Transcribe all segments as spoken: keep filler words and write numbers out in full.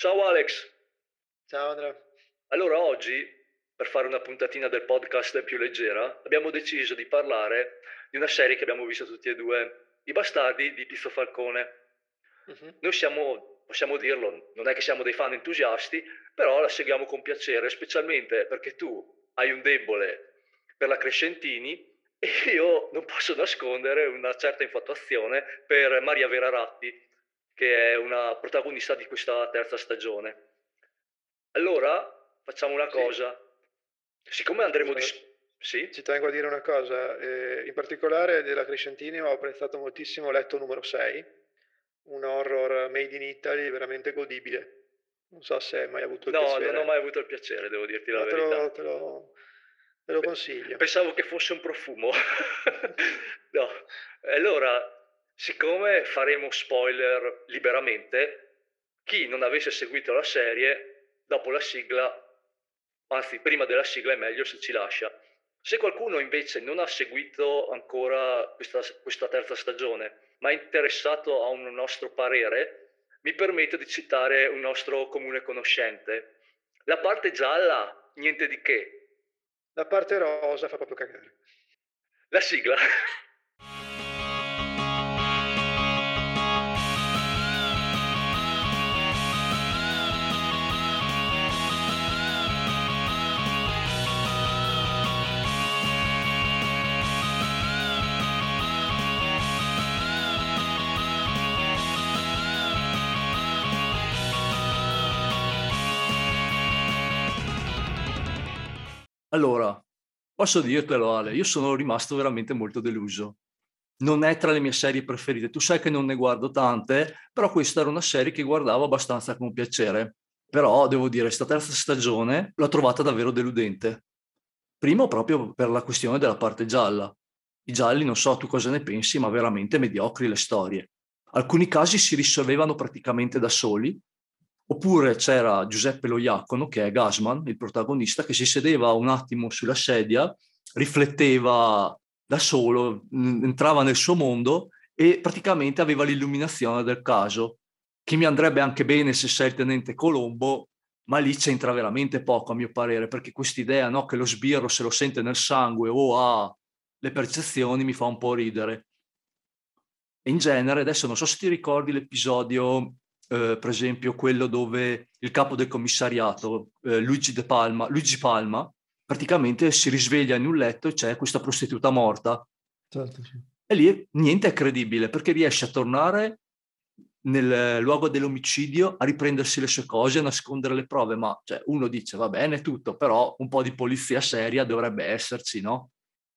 Ciao Alex, Ciao Andrea. allora oggi, per fare una puntatina del podcast più leggera, abbiamo deciso di parlare di una serie che abbiamo visto tutti e due, I Bastardi di Pizzo Falcone. Mhm. Noi siamo, possiamo dirlo, non è che siamo dei fan entusiasti, però la seguiamo con piacere, specialmente perché tu hai un debole per la Crescentini e io non posso nascondere una certa infatuazione per Maria Vera Ratti, che è una protagonista di questa terza stagione. Allora facciamo una Sì, cosa, siccome andremo di... scusa, Sì? ci tengo a dire una cosa. eh, in particolare della Crescentini ho apprezzato moltissimo Letto numero sei, un horror made in Italy veramente godibile. Non so se hai mai avuto il No, non ho mai piacere, avuto il piacere, devo dirti la ma te verità. lo, te lo- te lo Pe- consiglio. Pensavo che fosse un profumo. No, allora, siccome faremo spoiler liberamente, chi non avesse seguito la serie, dopo la sigla, anzi prima della sigla è meglio se ci lascia. Se qualcuno invece non ha seguito ancora questa, questa terza stagione, ma è interessato a un nostro parere, mi permetto di citare un nostro comune conoscente. La parte gialla, niente di che. La parte rosa fa proprio cagare. La sigla. Allora, posso dirtelo Ale, io sono rimasto veramente molto deluso. Non è tra le mie serie preferite, tu sai che non ne guardo tante, però questa era una serie che guardavo abbastanza con piacere. Però devo dire, sta terza stagione l'ho trovata davvero deludente. Primo proprio per la questione della parte gialla. I gialli, non so tu cosa ne pensi, ma veramente mediocri le storie. Alcuni casi si risolvevano praticamente da soli, oppure c'era Giuseppe Lo Iacono, che è Gasman, il protagonista, che si sedeva un attimo sulla sedia, rifletteva da solo, entrava nel suo mondo e praticamente aveva l'illuminazione del caso, che mi andrebbe anche bene se sei il tenente Colombo, ma lì c'entra veramente poco a mio parere, perché quest'idea, no, che lo sbirro se lo sente nel sangue o ha le percezioni mi fa un po' ridere. E in genere, adesso non so se ti ricordi l'episodio, eh, per esempio quello dove il capo del commissariato, eh, Luigi De Palma, Luigi Palma, praticamente si risveglia in un letto e c'è questa prostituta morta. Certo, sì. E lì niente è credibile perché riesce a tornare nel luogo dell'omicidio, a riprendersi le sue cose, a nascondere le prove, ma cioè, uno dice va bene tutto, però un po' di polizia seria dovrebbe esserci, no?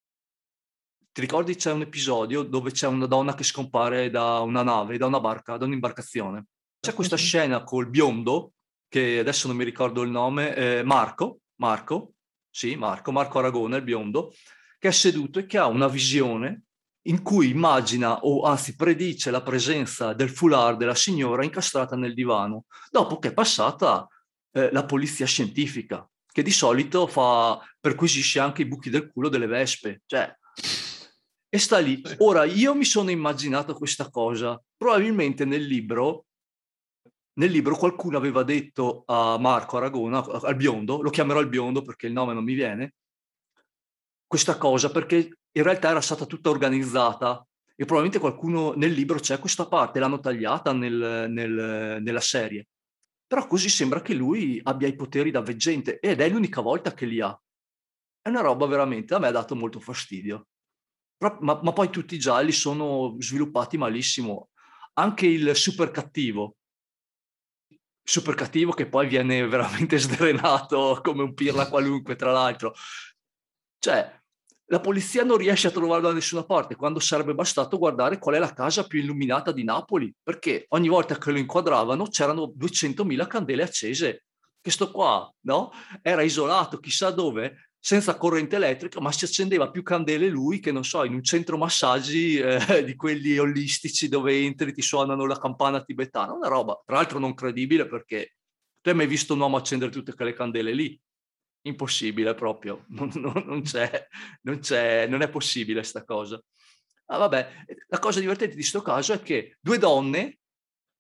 Ti ricordi c'è un episodio dove c'è una donna che scompare da una nave, da una barca, da un'imbarcazione? C'è Sì, questa sì. scena col biondo, che adesso non mi ricordo il nome, eh, Marco, Marco, sì, Marco, Marco Aragona, il biondo, che è seduto e che ha una visione in cui immagina o anzi predice la presenza del foulard della signora incastrata nel divano, dopo che è passata eh, la polizia scientifica, che di solito fa, perquisisce anche i buchi del culo delle vespe, cioè, e sta lì. Sì. Ora, io mi sono immaginato questa cosa, probabilmente nel libro, nel libro qualcuno aveva detto a Marco Aragona, al biondo, lo chiamerò il biondo perché il nome non mi viene, questa cosa perché in realtà era stata tutta organizzata e probabilmente qualcuno nel libro c'è questa parte, l'hanno tagliata nel, nel, nella serie. Però così sembra che lui abbia i poteri da veggente ed è l'unica volta che li ha. È una roba veramente, a me ha dato molto fastidio. Però, ma, ma poi tutti i gialli sono sviluppati malissimo. Anche il super cattivo, super cattivo che poi viene veramente sdrenato come un pirla qualunque, tra l'altro. Cioè, la polizia non riesce a trovarlo da nessuna parte, quando sarebbe bastato guardare qual è la casa più illuminata di Napoli, perché ogni volta che lo inquadravano c'erano duecentomila candele accese. Che sto qua, no? Era isolato, chissà dove, senza corrente elettrica, ma si accendeva più candele lui che, non so, in un centro massaggi eh, di quelli olistici dove entri e ti suonano la campana tibetana. Una roba, tra l'altro non credibile, perché tu hai mai visto un uomo accendere tutte quelle candele lì? Impossibile proprio, non, non, non c'è, non c'è, non è possibile sta cosa. Ah, vabbè, la cosa divertente di sto caso è che due donne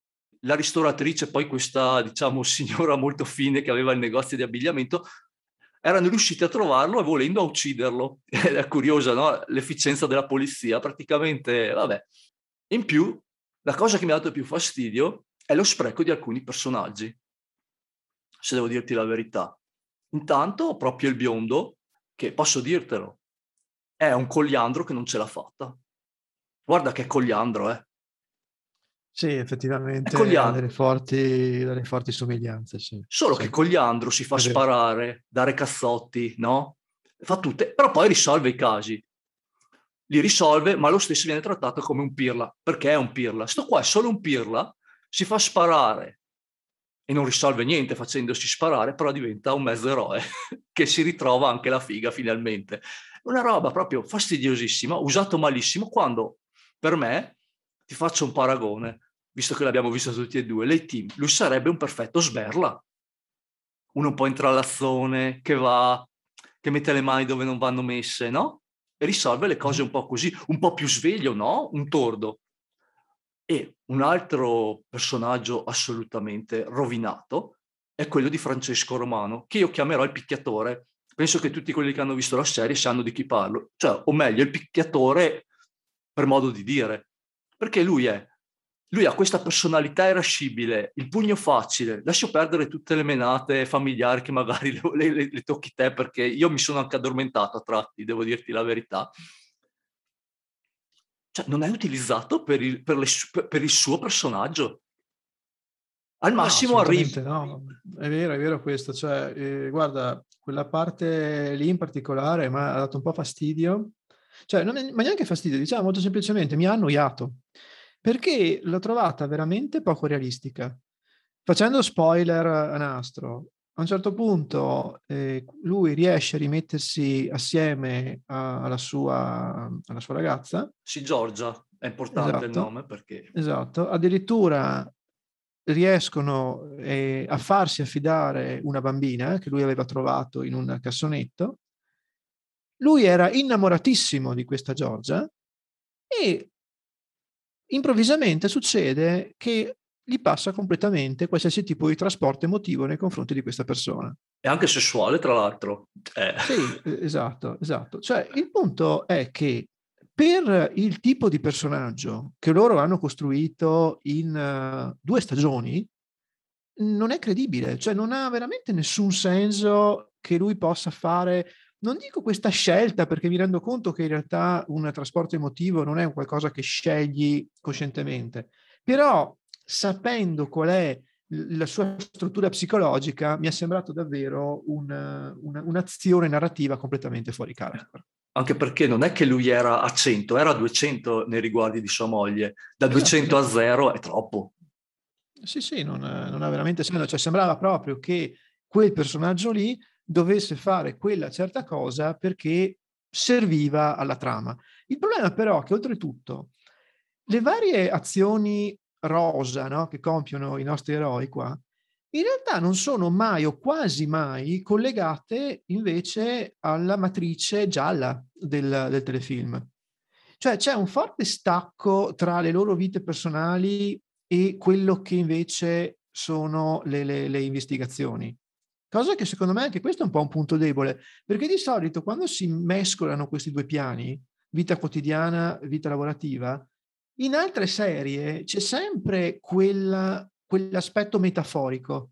la ristoratrice, poi questa, diciamo, signora molto fine che aveva il negozio di abbigliamento, erano riusciti a trovarlo e volendo a ucciderlo. È curiosa, no? L'efficienza della polizia, praticamente, vabbè. In più, la cosa che mi ha dato più fastidio è lo spreco di alcuni personaggi, se devo dirti la verità. Intanto, proprio il biondo, che posso dirtelo, è un coliandro che non ce l'ha fatta. Guarda che coliandro, eh. Sì, È effettivamente ha coliandro. delle forti, delle forti somiglianze, sì. Solo Sì, che Coliandro si fa è vero. sparare, dare cazzotti, no? Fa tutte, però poi risolve i casi. Li risolve, ma lo stesso viene trattato come un pirla. Perché è un pirla? Sto qua è solo un pirla, si fa sparare e non risolve niente facendosi sparare, però diventa un mezzo eroe che si ritrova anche la figa finalmente. Una roba proprio fastidiosissima, usato malissimo, quando per me, ti faccio un paragone, visto che l'abbiamo visto tutti e due, lei team, lui sarebbe un perfetto sberla. Uno un po' intrallazzone, che va, che mette le mani dove non vanno messe, no? E risolve le cose un po' così, un po' più sveglio, no? Un tordo. E un altro personaggio assolutamente rovinato è quello di Francesco Romano, che io chiamerò il picchiatore. Penso che tutti quelli che hanno visto la serie sanno di chi parlo. Cioè, o meglio, il picchiatore per modo di dire. Perché lui è lui ha questa personalità irascibile, il pugno facile, lascio perdere tutte le menate familiari che magari le, le, le tocchi te, perché io mi sono anche addormentato a tratti, devo dirti la verità. Cioè, non è utilizzato per il, per le, per il suo personaggio. Al No, massimo assolutamente arrivi... no, è vero, è vero questo, cioè, eh, guarda, quella parte lì in particolare mi ha dato un po' fastidio, cioè, non è, ma neanche fastidio, diciamo molto semplicemente, mi ha annoiato, perché l'ho trovata veramente poco realistica. Facendo spoiler a nastro, a un certo punto eh, lui riesce a rimettersi assieme a, alla, sua, alla sua ragazza. Sì, Giorgia, è importante il Esatto, nome perché... esatto, addirittura riescono eh, a farsi affidare una bambina che lui aveva trovato in un cassonetto. Lui era innamoratissimo di questa Giorgia e improvvisamente succede che gli passa completamente qualsiasi tipo di trasporto emotivo nei confronti di questa persona. È anche sessuale, tra l'altro. Eh. Sì, esatto, esatto. Cioè, il punto è che per il tipo di personaggio che loro hanno costruito in uh, due stagioni, non è credibile, cioè non ha veramente nessun senso che lui possa fare, non dico questa scelta, perché mi rendo conto che in realtà un trasporto emotivo non è un qualcosa che scegli coscientemente, però sapendo qual è la sua struttura psicologica, mi è sembrato davvero un, una, un'azione narrativa completamente fuori character. Anche perché non è che lui era a cento, era a duecento nei riguardi di sua moglie. Da Esatto, duecento esatto. a zero è troppo. Sì, sì, non, non ha veramente senso. Cioè, sembrava proprio che quel personaggio lì dovesse fare quella certa cosa perché serviva alla trama. Il problema però è che oltretutto le varie azioni rosa, no, che compiono i nostri eroi qua, in realtà non sono mai o quasi mai collegate invece alla matrice gialla del, del telefilm. Cioè c'è un forte stacco tra le loro vite personali e quello che invece sono le, le, le investigazioni. Cosa che secondo me anche questo è un po' un punto debole, perché di solito quando si mescolano questi due piani, vita quotidiana, vita lavorativa, in altre serie c'è sempre quella, quell'aspetto metaforico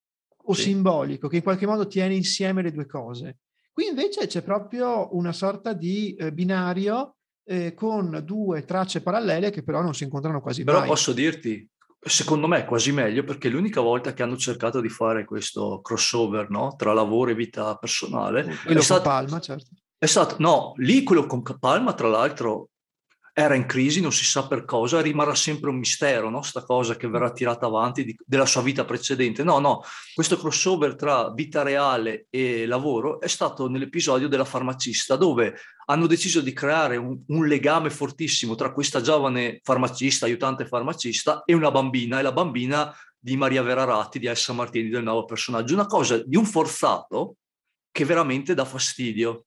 o Sì. simbolico che in qualche modo tiene insieme le due cose. Qui invece c'è proprio una sorta di eh, binario eh, con due tracce parallele che però non si incontrano quasi Però mai. posso dirti, secondo me è quasi meglio, perché l'unica volta che hanno cercato di fare questo crossover, no, tra lavoro e vita personale è Quello con stato, Palma, certo. è stato, no, lì quello con Palma, tra l'altro, era in crisi, non si sa per cosa, rimarrà sempre un mistero, no? Sta cosa che verrà tirata avanti di, della sua vita precedente. No, no, questo crossover tra vita reale e lavoro è stato nell'episodio della farmacista, dove hanno deciso di creare un, un legame fortissimo tra questa giovane farmacista, aiutante farmacista, e una bambina, e la bambina di Maria Vera Ratti, di Elsa Martini, del nuovo personaggio. Una cosa di un forzato che veramente dà fastidio.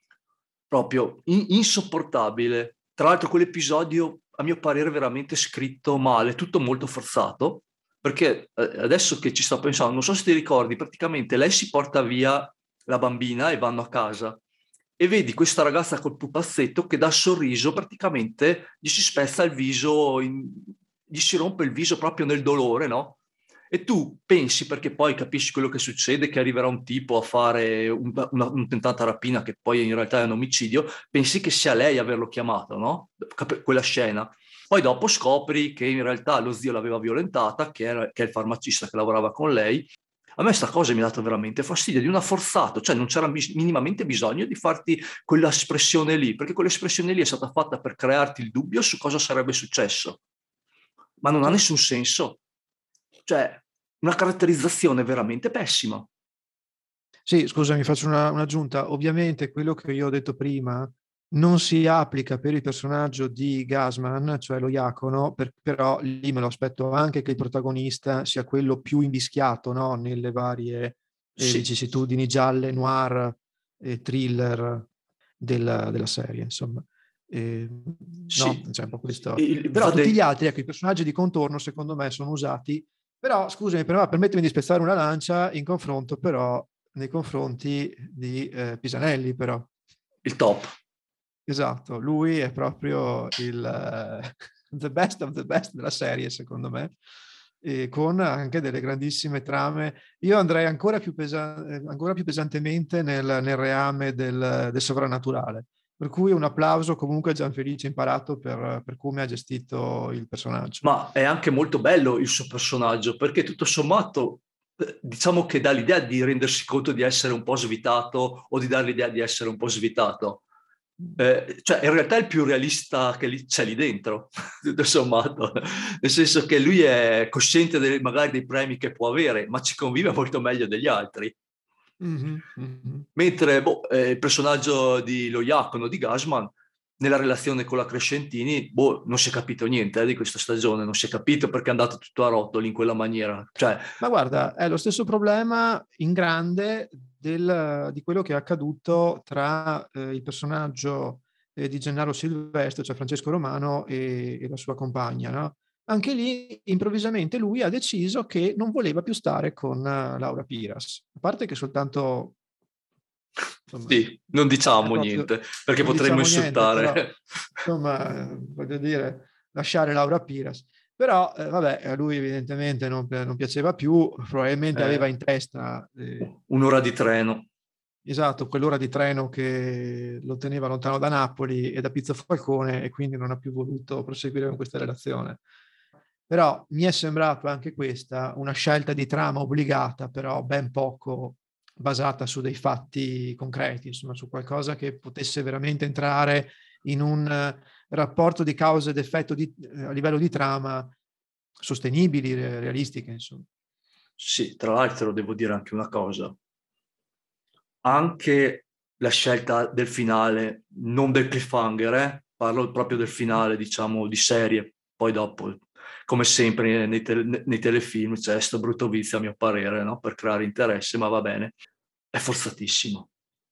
Proprio in, insopportabile. Tra l'altro quell'episodio, a mio parere, veramente scritto male, tutto molto forzato, perché eh, adesso che ci sto pensando, non so se ti ricordi, praticamente lei si porta via la bambina e vanno a casa e vedi questa ragazza col pupazzetto che dal sorriso praticamente gli si spezza il viso, in, gli si rompe il viso proprio nel dolore, no? E tu pensi, perché poi capisci quello che succede, che arriverà un tipo a fare un, una, una tentata rapina che poi in realtà è un omicidio, pensi che sia lei a averlo chiamato, no? Quella scena. Poi dopo scopri che in realtà lo zio l'aveva violentata, che, era, che è il farmacista che lavorava con lei. A me sta cosa mi ha dato veramente fastidio, di una forzato, cioè non c'era bis- minimamente bisogno di farti quell'espressione lì, perché quell'espressione lì è stata fatta per crearti il dubbio su cosa sarebbe successo. Ma non ha nessun senso. Cioè, una caratterizzazione veramente pessima. Sì, scusami, faccio una, un'aggiunta. Ovviamente quello che io ho detto prima non si applica per il personaggio di Gasman, cioè lo Iacono, per, però lì me lo aspetto anche che il protagonista sia quello più invischiato, no? Nelle varie eh, Sì. vicissitudini gialle, noir e thriller della, della serie, insomma. Eh, Sì. No, c'è un po' questo. Il, Però tutti de... gli altri, ecco, i personaggi di contorno, secondo me, sono usati. Però, scusami, però permettimi di spezzare una lancia in confronto, però, nei confronti di eh, Pisanelli, però. Il top. Esatto, lui è proprio il uh, the best of the best della serie, secondo me, e con anche delle grandissime trame. Io andrei ancora più, pesa- ancora più pesantemente nel, nel reame del, del sovrannaturale. Per cui un applauso comunque a Gianfelice Imparato per, per come ha gestito il personaggio. Ma è anche molto bello il suo personaggio, perché tutto sommato diciamo che dà l'idea di rendersi conto di essere un po' svitato o di dare l'idea di essere un po' svitato. Eh, cioè in realtà è il più realista che lì, c'è lì dentro, tutto sommato, nel senso che lui è cosciente dei, magari dei premi che può avere, ma ci convive molto meglio degli altri. Mm-hmm, mm-hmm. Mentre boh, eh, il personaggio di Lo Iacono, di Gasman, nella relazione con la Crescentini, boh, non si è capito niente eh, di questa stagione, non si è capito perché è andato tutto a rotoli in quella maniera. Cioè... Ma guarda, è lo stesso problema in grande del, di quello che è accaduto tra eh, il personaggio eh, di Gennaro Silvestro, cioè Francesco Romano, e, e la sua compagna, no? Anche lì, improvvisamente, lui ha deciso che non voleva più stare con uh, Laura Piras. A parte che soltanto... Insomma, sì, non diciamo proprio, niente, perché non potremmo diciamo insultare. Niente, però, insomma, voglio dire, lasciare Laura Piras. Però, eh, vabbè, a lui evidentemente non, non piaceva più, probabilmente eh, aveva in testa... Eh, un'ora di treno. Esatto, quell'ora di treno che lo teneva lontano da Napoli e da Pizzofalcone e quindi non ha più voluto proseguire con questa relazione. Però mi è sembrato anche questa una scelta di trama obbligata, però ben poco basata su dei fatti concreti, insomma, su qualcosa che potesse veramente entrare in un uh, rapporto di causa ed effetto di, uh, a livello di trama sostenibili, re- realistiche, insomma. Sì, tra l'altro devo dire anche una cosa. Anche la scelta del finale, non del cliffhanger, eh? Parlo proprio del finale, diciamo, di serie, poi dopo, come sempre nei, te- nei telefilm, c'è sto brutto vizio a mio parere, no? Per creare interesse, ma va bene, è forzatissimo.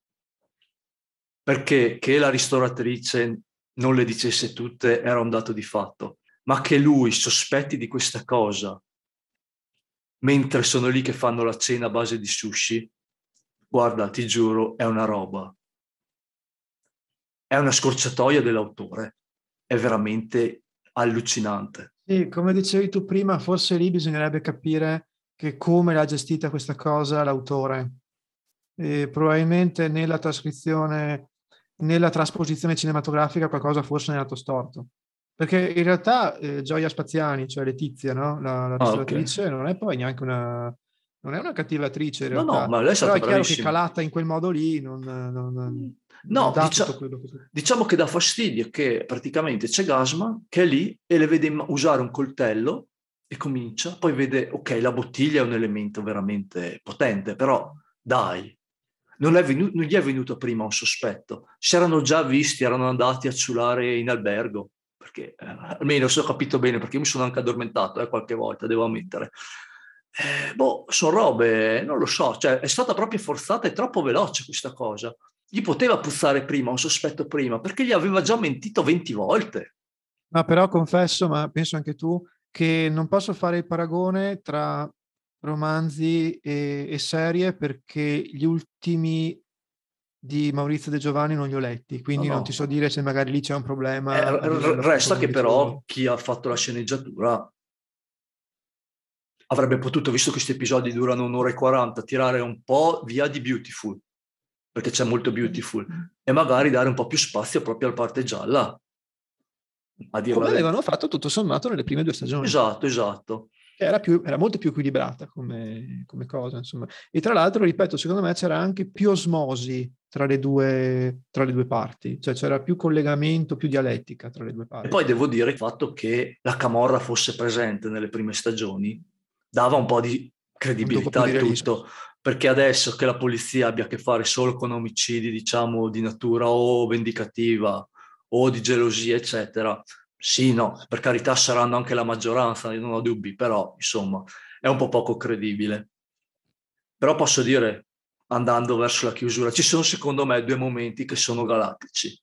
Perché che la ristoratrice non le dicesse tutte era un dato di fatto, ma che lui sospetti di questa cosa mentre sono lì che fanno la cena a base di sushi, guarda, ti giuro, è una roba. È una scorciatoia dell'autore, è veramente allucinante. Sì, come dicevi tu prima, forse lì bisognerebbe capire che come l'ha gestita questa cosa l'autore. E probabilmente nella trascrizione, nella trasposizione cinematografica qualcosa forse ne è andato storto. Perché in realtà eh, Gioia Spaziani, cioè Letizia, no? la, la Ah, ok. ristoratrice, non è poi neanche una, non è una cattiva attrice in No, no, realtà, ma lei è però stata è chiaro che bravissima. calata in quel modo lì non, non, non No, dà dicia- tutto quello che... diciamo che dà fastidio che praticamente c'è Gasman che è lì e le vede usare un coltello e comincia, poi vede, ok, la bottiglia è un elemento veramente potente, però dai, non, è venuto, non gli è venuto prima un sospetto. Si erano già visti, erano andati a ciulare in albergo, perché eh, almeno se ho capito bene, perché io mi sono anche addormentato eh, qualche volta, devo ammettere. Eh, boh, sono robe, non lo so, cioè è stata proprio forzata e troppo veloce questa cosa. Gli poteva puzzare prima, un sospetto prima, perché gli aveva già mentito venti volte. Ma però confesso, ma penso anche tu, che non posso fare il paragone tra romanzi e, e serie perché gli ultimi di Maurizio De Giovanni non li ho letti, quindi No, non no. ti so dire se magari lì c'è un problema Eh, a livello resta appunto, che come però dicevo. chi ha fatto la sceneggiatura avrebbe potuto, visto che questi episodi durano un'ora e quaranta, tirare un po' via di Beautiful, perché c'è molto Beautiful, e magari dare un po' più spazio proprio alla parte gialla. A dirla Come verità. avevano fatto tutto sommato nelle prime due stagioni. Esatto, esatto. Era, più, era molto più equilibrata come, come cosa, insomma. E tra l'altro, ripeto, secondo me c'era anche più osmosi tra le due, tra le due parti, cioè c'era più collegamento, più dialettica tra le due parti. E poi devo dire il fatto che la Camorra fosse presente nelle prime stagioni dava un po' di credibilità al tutto, perché adesso che la polizia abbia a che fare solo con omicidi, diciamo, di natura o vendicativa o di gelosia, eccetera, sì, no, per carità saranno anche la maggioranza, io non ho dubbi, però, insomma, è un po' poco credibile. Però posso dire, andando verso la chiusura, ci sono secondo me due momenti che sono galattici,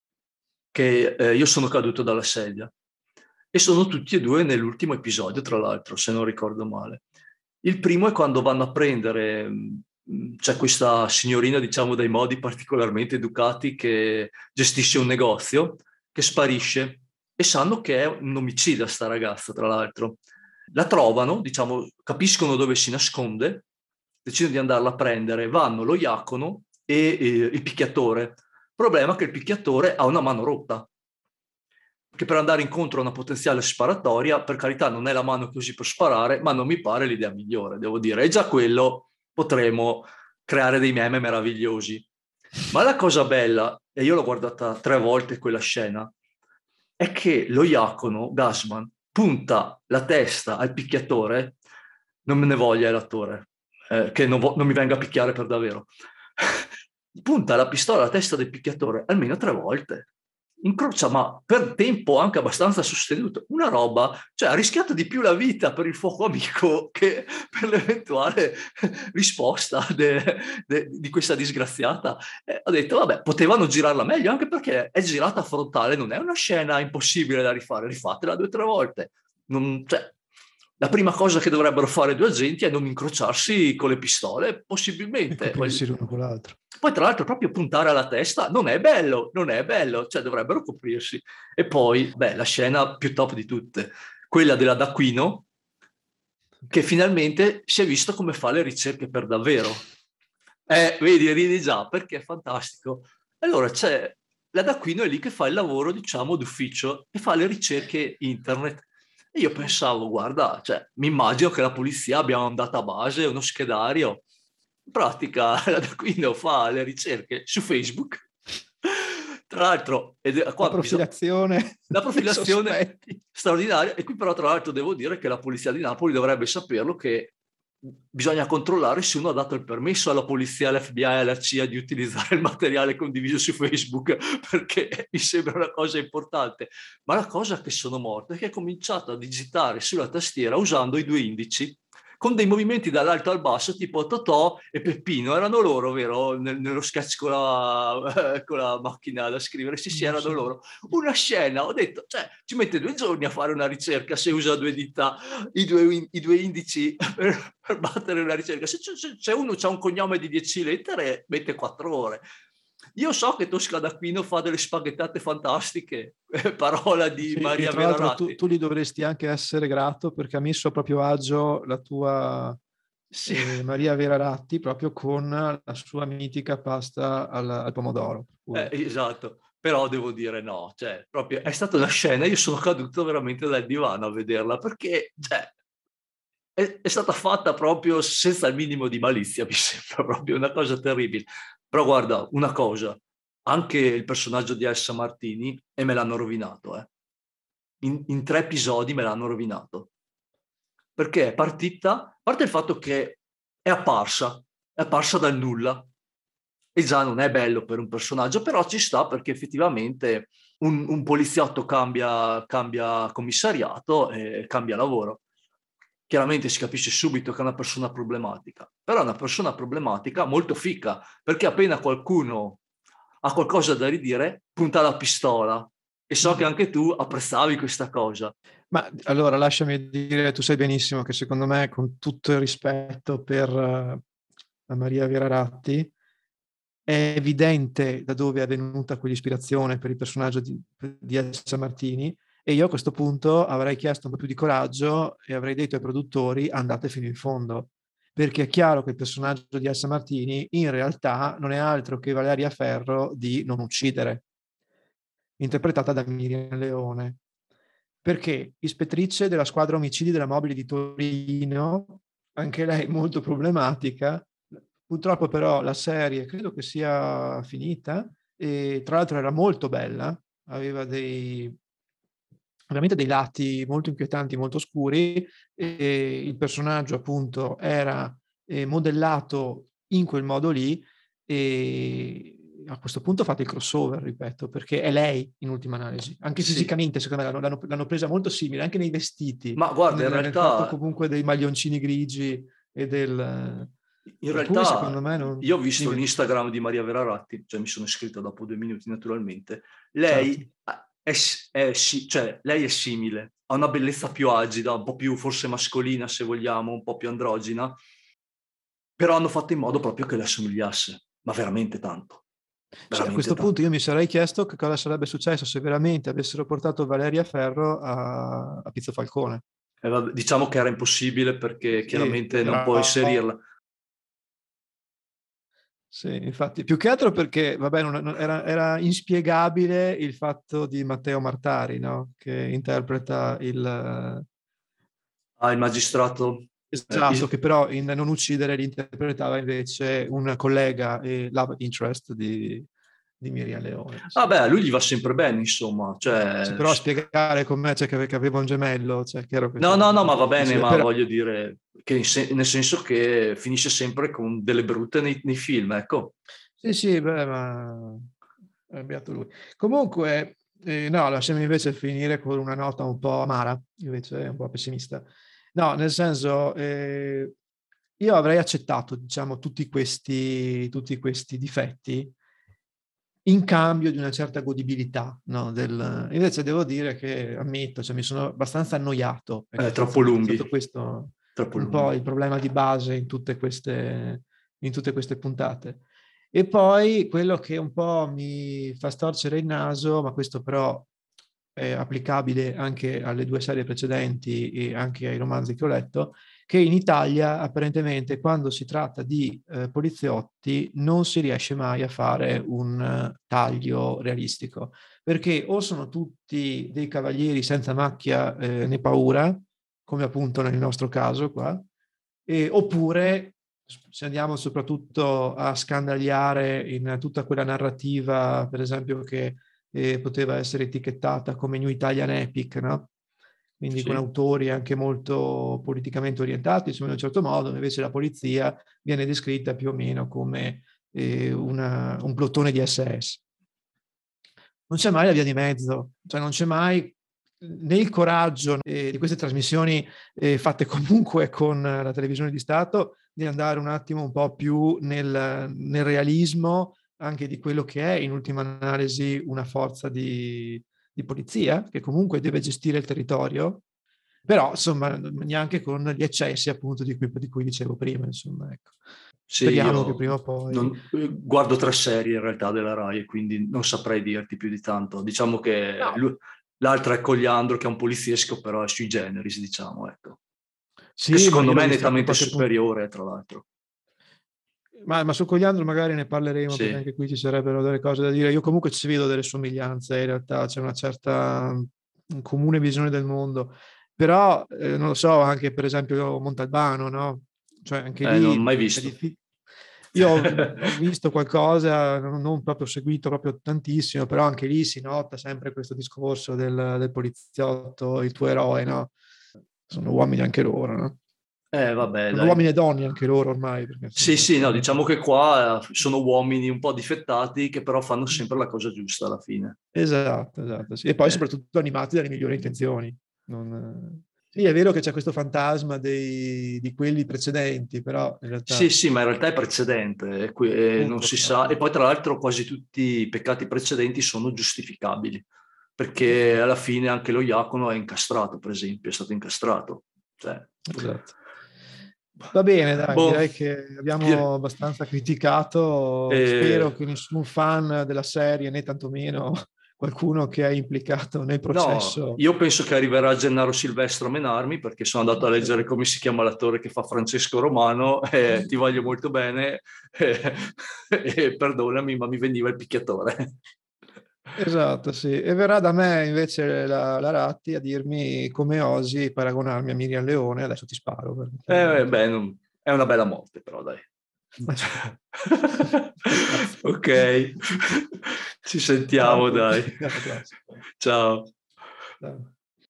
che eh, io sono caduto dalla sedia, e sono tutti e due nell'ultimo episodio, tra l'altro, se non ricordo male. Il primo è quando vanno a prendere, c'è questa signorina, diciamo, dai modi particolarmente educati, che gestisce un negozio, che sparisce, e sanno che è un omicida sta ragazza, tra l'altro. La trovano, diciamo, capiscono dove si nasconde, decidono di andarla a prendere, vanno, lo iaccono, e, e il picchiatore. Problema che il picchiatore ha una mano rotta, che per andare incontro a una potenziale sparatoria, per carità non è la mano che usi per sparare, ma non mi pare l'idea migliore, devo dire. E già quello potremo creare dei meme meravigliosi. Ma la cosa bella, e io l'ho guardata tre volte quella scena, è che lo iacono, Gassman, punta la testa al picchiatore, non me ne voglia l'attore, eh, che non, vo- non mi venga a picchiare per davvero, punta la pistola alla testa del picchiatore almeno tre volte. Incrocia, ma per tempo anche abbastanza sostenuto, una roba, cioè ha rischiato di più la vita per il fuoco amico che per l'eventuale risposta de, de, di questa disgraziata. E ho detto, vabbè, potevano girarla meglio, anche perché è girata frontale, non è una scena impossibile da rifare, rifatela due o tre volte. Non, cioè, la prima cosa che dovrebbero fare due agenti è non incrociarsi con le pistole, possibilmente. E coprirsi l'uno con l'altro. Poi tra l'altro proprio puntare alla testa non è bello, non è bello, cioè dovrebbero coprirsi. E poi, beh, la scena più top di tutte, quella della D'Aquino, che finalmente si è visto come fa le ricerche per davvero. Eh, vedi, ridi già, perché è fantastico. Allora c'è la D'Aquino è lì che fa il lavoro, diciamo, d'ufficio e fa le ricerche internet. E io pensavo, guarda, cioè, mi immagino che la polizia abbia un database, uno schedario. In pratica la D'Aquino fa le ricerche su Facebook. Tra l'altro, ed è, qua la profilazione, bisogna, la profilazione straordinaria. E qui però tra l'altro devo dire che la polizia di Napoli dovrebbe saperlo, che bisogna controllare se uno ha dato il permesso alla polizia, all'F B I e alla C I A di utilizzare il materiale condiviso su Facebook, perché mi sembra una cosa importante. Ma la cosa che sono morto è che ha cominciato a digitare sulla tastiera usando i due indici, con dei movimenti dall'alto al basso, tipo Totò e Peppino, erano loro, vero? Nello sketch con la, con la macchina da scrivere, sì sì, erano sì. loro. Una scena, ho detto, cioè, ci mette due giorni a fare una ricerca se usa due dita, i due, i due indici per, per battere una ricerca. Se, se, se uno ha un cognome di dieci lettere, mette quattro ore. Io so che Tosca d'Aquino fa delle spaghettate fantastiche, parola di sì, Maria Verarati. Tu, tu gli dovresti anche essere grato perché ha messo a proprio agio la tua sì. eh, Maria Verarati proprio con la sua mitica pasta al, al pomodoro. Eh, esatto, però devo dire no, cioè, proprio è stata una scena, io sono caduto veramente dal divano a vederla, perché cioè, è, è stata fatta proprio senza il minimo di malizia, mi sembra proprio una cosa terribile. Però guarda, una cosa, anche il personaggio di Elsa Martini, e me l'hanno rovinato, eh. In, in tre episodi me l'hanno rovinato. Perché è partita, a parte il fatto che è apparsa, è apparsa dal nulla, e già non è bello per un personaggio, però ci sta perché effettivamente un, un poliziotto cambia, cambia commissariato e cambia lavoro. Chiaramente si capisce subito che è una persona problematica, però è una persona problematica molto fica, perché appena qualcuno ha qualcosa da ridire, punta la pistola. E so che anche tu apprezzavi questa cosa. Ma allora lasciami dire, tu sai benissimo che secondo me, con tutto il rispetto per uh, Maria Vera Ratti, è evidente da dove è venuta quell'ispirazione per il personaggio di, di Elsa Martini, e io a questo punto avrei chiesto un po' più di coraggio e avrei detto ai produttori: andate fino in fondo, perché è chiaro che il personaggio di Elsa Martini in realtà non è altro che Valeria Ferro di Non uccidere, interpretata da Miriam Leone, perché ispettrice della squadra omicidi della Mobile di Torino, anche lei molto problematica. Purtroppo però la serie credo che sia finita, e tra l'altro era molto bella, aveva dei veramente dei lati molto inquietanti, molto oscuri, e il personaggio appunto era eh, modellato in quel modo lì, e a questo punto fate il crossover, ripeto, perché è lei in ultima analisi. Anche Sì. fisicamente, secondo me, l'hanno, l'hanno presa molto simile, anche nei vestiti. Ma guarda, in nel, nel fatto realtà... comunque dei maglioncini grigi e del... In Per cui realtà secondo me non... io ho visto Dimmi. l'Instagram di Maria Vera Ratti, cioè mi sono iscritto dopo due minuti naturalmente. Certo. Lei è, è, cioè, lei è simile, ha una bellezza più agida, un po' più forse mascolina se vogliamo, un po' più androgina, però hanno fatto in modo proprio che le assomigliasse, ma veramente tanto. Sì, a Veramente questo tanto. punto io mi sarei chiesto che cosa sarebbe successo se veramente avessero portato Valeria Ferro a, a Pizzo Falcone. Eh, vabbè, diciamo che era impossibile perché Sì, chiaramente non era... puoi inserirla. Sì, infatti, più che altro perché, vabbè, non, non, era, era inspiegabile il fatto di Matteo Martari, no? Che interpreta il... Ah, il magistrato... Eh, Esatto, il... che però in Non uccidere l'interpretava invece un collega e love interest di, di Miriam Leone. Sì. Ah beh, a lui gli va sempre bene, insomma. Cioè... Sì, però a spiegare con me, cioè, che, che aveva un gemello, cioè, chiaro che No, no, no, è ma va bene, difficile, ma però... voglio dire che se- nel senso che finisce sempre con delle brutte nei, nei film, ecco. Sì, sì, beh, ma è beato lui. Comunque, eh, no, lasciami invece finire con una nota un po' amara, invece un po' pessimista. No, nel senso, eh, io avrei accettato, diciamo, tutti questi, tutti questi difetti in cambio di una certa godibilità, no? Del... Invece devo dire che, ammetto, cioè, mi sono abbastanza annoiato. Ecco, Eh, troppo è lunghi, stato questo troppo un po' lunghi. il problema di base in tutte queste, in tutte queste puntate. E poi quello che un po' mi fa storcere il naso, ma questo però è applicabile anche alle due serie precedenti e anche ai romanzi che ho letto, che in Italia apparentemente quando si tratta di eh, poliziotti non si riesce mai a fare un uh, taglio realistico, perché o sono tutti dei cavalieri senza macchia eh, né paura, come appunto nel nostro caso qua, e, oppure se andiamo soprattutto a scandagliare in tutta quella narrativa, per esempio, che eh, poteva essere etichettata come New Italian Epic, no? Quindi Sì. con autori anche molto politicamente orientati, insomma, in un certo modo, invece la polizia viene descritta più o meno come eh, una, un plotone di S S. Non c'è mai la via di mezzo, cioè non c'è mai né il coraggio eh, di queste trasmissioni eh, fatte comunque con la televisione di Stato di andare un attimo un po' più nel, nel realismo anche di quello che è in ultima analisi una forza di, di polizia che comunque deve gestire il territorio, però insomma neanche con gli eccessi appunto di cui, di cui dicevo prima, insomma, ecco. Sì, Speriamo che io prima o poi... non, guardo tre serie in realtà della Rai, quindi non saprei dirti più di tanto. Diciamo che No. lui, l'altra è Cogliandro, che è un poliziesco, però è sui generis, diciamo, ecco. Che Sì, ma secondo io l'ho me è vista anche nettamente qualche punto. superiore, tra l'altro. Ma, ma su Cogliandro magari ne parleremo perché Sì. anche qui ci sarebbero delle cose da dire. Io comunque ci vedo delle somiglianze, in realtà c'è una certa un comune visione del mondo. Però, eh, non lo so, anche per esempio Montalbano, no? Cioè anche Eh, non ho lì mai è visto. difficile. Io ho, ho visto qualcosa, non, non proprio seguito proprio tantissimo, però anche lì si nota sempre questo discorso del, del poliziotto, il tuo eroe, no? Sono uomini anche loro, no? Eh, vabbè, Sono dai. uomini e donne anche loro ormai. Perché, Sì, insomma, sì, no, ecco, diciamo che qua eh, sono uomini un po' difettati che però fanno sempre la cosa giusta alla fine. esatto, esatto. Sì. E poi Eh. soprattutto animati dalle migliori intenzioni. Non... Sì, è vero che c'è questo fantasma dei, di quelli precedenti, però in Sì, realtà... sì, ma in realtà è precedente, e qui- e non Appunto, si sa, e appunto. poi tra l'altro quasi tutti i peccati precedenti sono giustificabili. perché alla fine anche lo Iacono è incastrato, per esempio, è stato incastrato. Cioè, esatto. Va bene, dai, boh, direi che abbiamo abbastanza criticato. eh, Spero che nessun fan della serie, né tantomeno qualcuno che è implicato nel processo. No, io penso che arriverà Gennaro Silvestro a menarmi, perché sono andato a leggere come si chiama l'attore che fa Francesco Romano, e ti voglio molto bene, e, e perdonami, ma mi veniva il picchiatore. Esatto, sì. E verrà da me invece la, la Ratti a dirmi come osi paragonarmi a Miriam Leone, adesso ti sparo. Perché... Eh, beh, non, è una bella morte, però dai. Ok, ci sentiamo, Ciao. dai. Ciao. Ciao.